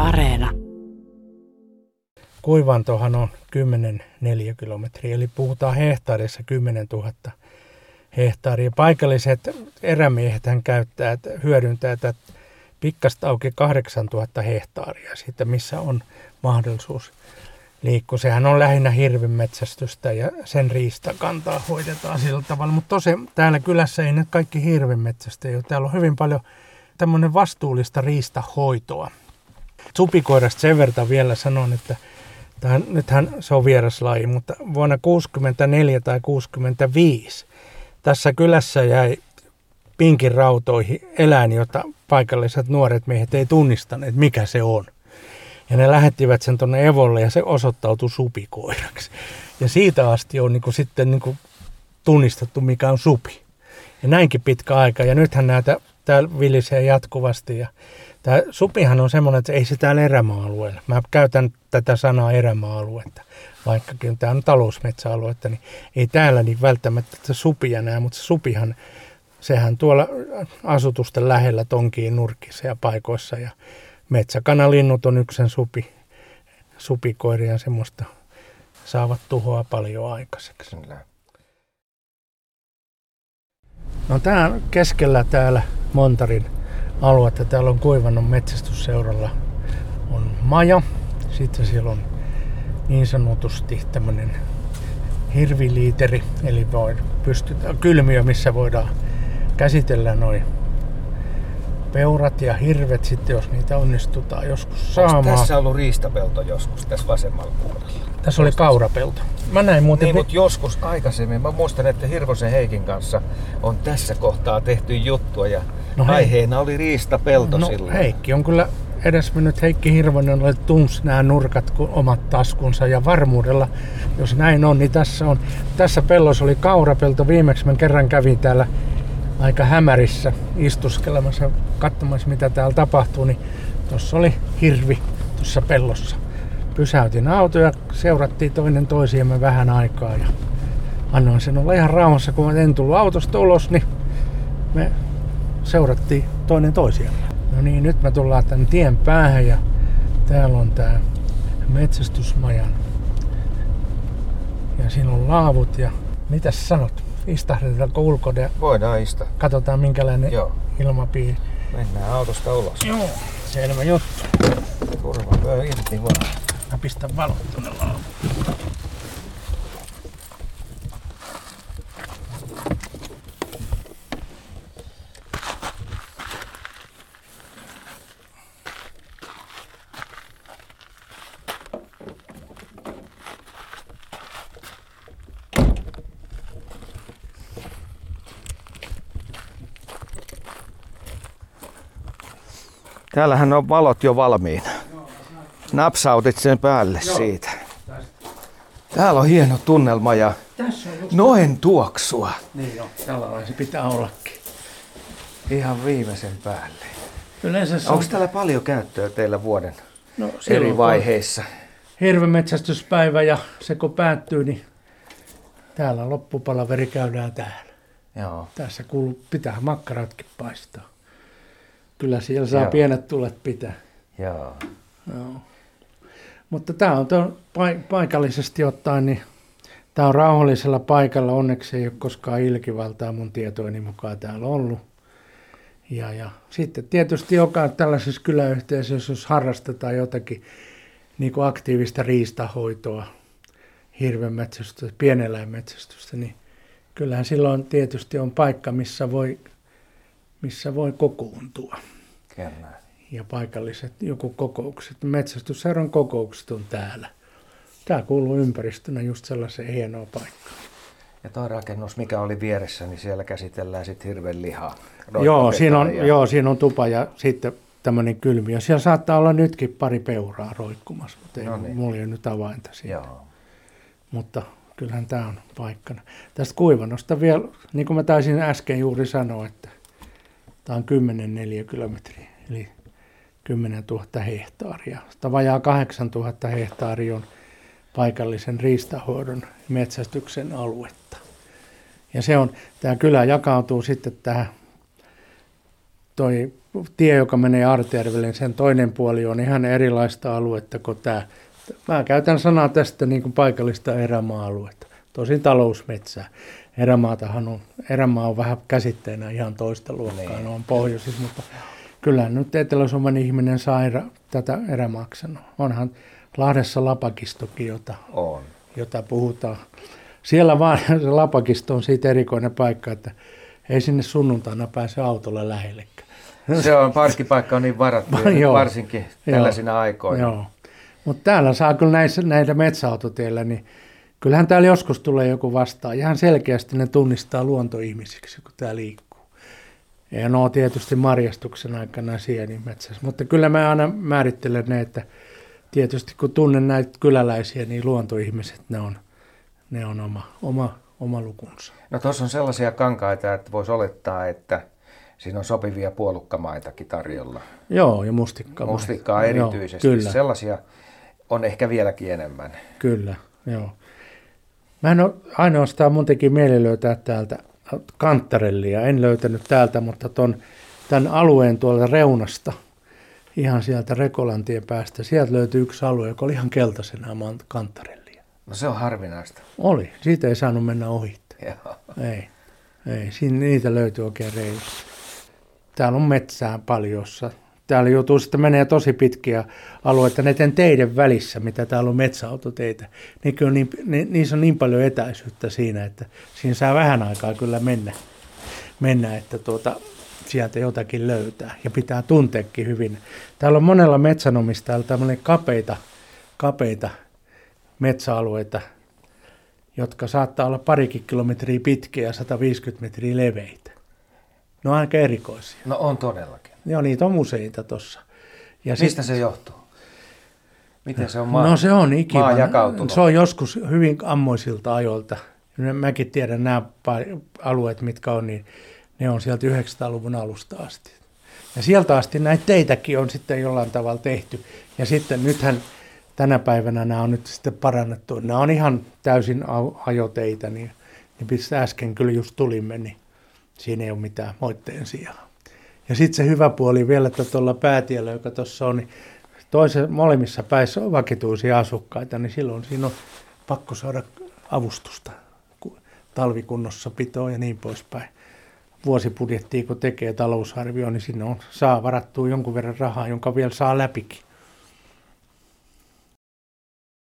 Areena. Kuivantohan on 10 neliökilometriä, eli puhutaan hehtaarissa 10 000 hehtaaria. Paikalliset erämiehet hyödyntää tätä pikkasta auki 8 000 hehtaaria siitä, missä on mahdollisuus liikkua. Sehän on lähinnä hirvenmetsästystä ja sen riistakantaa hoidetaan sillä tavalla. Mutta tosiaan täällä kylässä ei nyt kaikki hirvenmetsästä ole. Täällä on hyvin paljon tämmöinen vastuullista riistahoitoa. Supikoirasta sen verran vielä sanon, että nythän se on vieraslaji, mutta vuonna 1964 tai 1965 tässä kylässä jäi pinkin rautoihin eläin, jota paikalliset nuoret miehet ei tunnistaneet, mikä se on. Ja ne lähettivät sen tuonne Evolle ja se osoittautui supikoiraksi. Ja siitä asti on sitten tunnistettu, mikä on supi. Ja näinkin pitkä aika. Ja nythän näitä täällä vilisee jatkuvasti. Ja tämä supihan on semmoinen, että ei se täällä erämaa-alueella. Mä käytän tätä sanaa erämaa-aluetta, vaikkakin tämä on talousmetsäaluetta, niin ei täällä niin välttämättä supia näe, mutta se supihan, sehän tuolla asutusten lähellä tonkii nurkissa ja paikoissa. Ja metsäkanalinnut on yksi supikoiria semmoista, saavat tuhoa paljon aikaiseksi. No tää on keskellä täällä Montarin aluetta. Täällä on Kuivannon metsästysseuralla on maja. Sitten siellä on niin sanotusti tämmönen hirviliiteri, eli kylmiö, missä voidaan käsitellä noin peurat ja hirvet sitten, jos niitä onnistutaan joskus saamaan. Onko tässä ollut riistapelto joskus tässä vasemmalla puolella? Tässä oli kaurapelto. Mä näin muuten... Niin, mutta joskus aikaisemmin. Mä muistan, että Hirvosen Heikin kanssa on tässä kohtaa tehty juttua ja aiheena oli riistapelto silloin. Heikki on kyllä edesmennyt. Heikki Hirvonen oli tunsi nämä nurkat kuin omat taskunsa ja varmuudella, jos näin on, niin tässä pellossa oli kaurapelto. Viimeksi mä kerran kävin täällä aika hämärissä istuskelemassa, katsomassa mitä täällä tapahtuu, niin tuossa oli hirvi tuossa pellossa. Pysäytin auto ja seurattiin toinen toisiamme vähän aikaa ja annoin sen olla ihan rauhassa, kun en tullut autosta ulos, niin me seurattiin toinen toisiamme. No niin, nyt me tullaan tämän tien päähän ja täällä on tää metsästysmajan ja siinä on laavut ja mitäs sanot? Istahdetaanko ulkona? Voidaan istaa. Katsotaan minkälainen ilmapiiri. Mennään autosta ulos. Joo, selvä juttu. Turva irti vaan. Mä pistän valot tuonne laavuun. Täällähän on valot jo valmiina. Napsautit sen päälle siitä. Täällä on hieno tunnelma ja noen tuoksua. Niin on, tällainen se pitää ollakin. Ihan viimeisen päälle. Onko täällä paljon käyttöä teillä vuoden eri vaiheissa? Hirvenmetsästyspäivä ja se kun päättyy, niin täällä loppupalaveri käydään täällä. Joo. Tässä pitää makkaratkin paistaa. Kyllä siellä saa pienet tulet pitää. Joo. Mutta tämä on paikallisesti ottaen, niin tämä on rauhallisella paikalla. Onneksi ei ole koskaan ilkivaltaa mun tietojeni mukaan täällä ollut. Ja sitten tietysti joka tällaisessa kyläyhteisössä, jos harrastetaan jotakin niin kuin aktiivista riistahoitoa, hirvenmetsästystä, pieneläinmetsästystä, niin kyllähän silloin tietysti on paikka, missä voi kokoontua. Kyllä. Ja paikalliset joku kokoukset. Metsästysseuran kokoukset on täällä. Tämä kuuluu ympäristönä just sellaiseen hienoon paikkaan. Ja tuo rakennus, mikä oli vieressä, niin siellä käsitellään sitten hirven lihaa. Siinä on tupa ja sitten tämmöinen kylmiö. Siellä saattaa olla nytkin pari peuraa roikkumassa, mutta ei mulla ole nyt avainta siitä. Joo. Mutta kyllähän tämä on paikkana. Tästä Kuivannosta vielä, niin kuin mä taisin äsken juuri sanoa, että tämä on 10 neliökilometriä, eli 10 000 hehtaaria. Sitä vajaa 8 000 hehtaaria on paikallisen riistahoidon metsästyksen aluetta. Ja tämä kylä jakautuu sitten tähän, toi tie, joka menee Artjärvelle, niin sen toinen puoli on ihan erilaista aluetta kuin tämä. Mä käytän sanaa tästä niin kuin paikallista erämaa-aluetta, tosin talousmetsää. Erämaa on vähän käsitteenä ihan toista luokkaa, ne on pohjoisissa, mutta kyllähän nyt Etelä-Suomen ihminen saa tätä erämaaksi sanoa. Onhan Lahdessa Lapakistokin, jota puhutaan. Siellä vaan se Lapakisto on siitä erikoinen paikka, että ei sinne sunnuntaina pääse autolla lähellekään. Se on, parkkipaikka on niin varattu, varsinkin tällaisina aikoina. Joo. Mutta täällä saa kyllä näitä metsäautoteillä, niin kyllähän täällä joskus tulee joku vastaan. Ihan selkeästi ne tunnistaa luontoihmisiksi, kun tää liikkuu. Ja ne on tietysti marjastuksen aikana sienimetsässä. Mutta kyllä mä aina määrittelen ne, että tietysti kun tunnen näitä kyläläisiä, niin luontoihmiset, ne on oma lukunsa. No tuossa on sellaisia kankaita, että voisi olettaa, että siinä on sopivia puolukkamaitakin tarjolla. Joo, ja mustikkamaita. Mustikkaa erityisesti. Joo, kyllä. Sellaisia on ehkä vieläkin enemmän. Kyllä, joo. Mä en ole ainoastaan, mun teki mieli löytää täältä kanttarellia. En löytänyt täältä, mutta tämän alueen tuolta reunasta, ihan sieltä Rekolantien päästä, sieltä löytyi yksi alue, joka oli ihan keltaisena kanttarellia. No se on harvinaista. Oli, siitä ei saanut mennä ohi. Ei, niitä löytyy oikein reilusti. Täällä on metsää paljossa. Täällä joutuu sitten menee tosi pitkiä alueita näiden teiden välissä, mitä täällä on metsäautoteitä. Niissä on niin paljon etäisyyttä siinä, että siinä saa vähän aikaa kyllä mennä että sieltä jotakin löytää. Ja pitää tunteekin hyvin. Täällä on monella metsänomistajalla tämmöinen kapeita metsäalueita, jotka saattaa olla parikin kilometriä pitkiä ja 150 metriä leveitä. Ne on aika erikoisia. No on todellakin. Joo, niitä on useita tuossa. Mistä se johtuu? Miten se on se on maa jakautunut? Se on joskus hyvin ammoisilta ajoilta. Mäkin tiedän nämä alueet, mitkä on, niin ne on sieltä 900-luvun alusta asti. Ja sieltä asti näitä teitäkin on sitten jollain tavalla tehty. Ja sitten nythän tänä päivänä nämä on nyt sitten parannettu. Nämä on ihan täysin ajoteitä, niin mistä äsken kyllä just tulimme, niin siinä ei ole mitään moitteen sijaa. Ja sitten se hyvä puoli vielä, että tuolla päätiellä, joka tuossa on, niin molemmissa päissä on vakituisia asukkaita, niin silloin siinä on pakko saada avustusta talvikunnossapitoa ja niin poispäin. Vuosibudjettia, kun tekee talousarvio, niin sinne saa varattua jonkun verran rahaa, jonka vielä saa läpikin.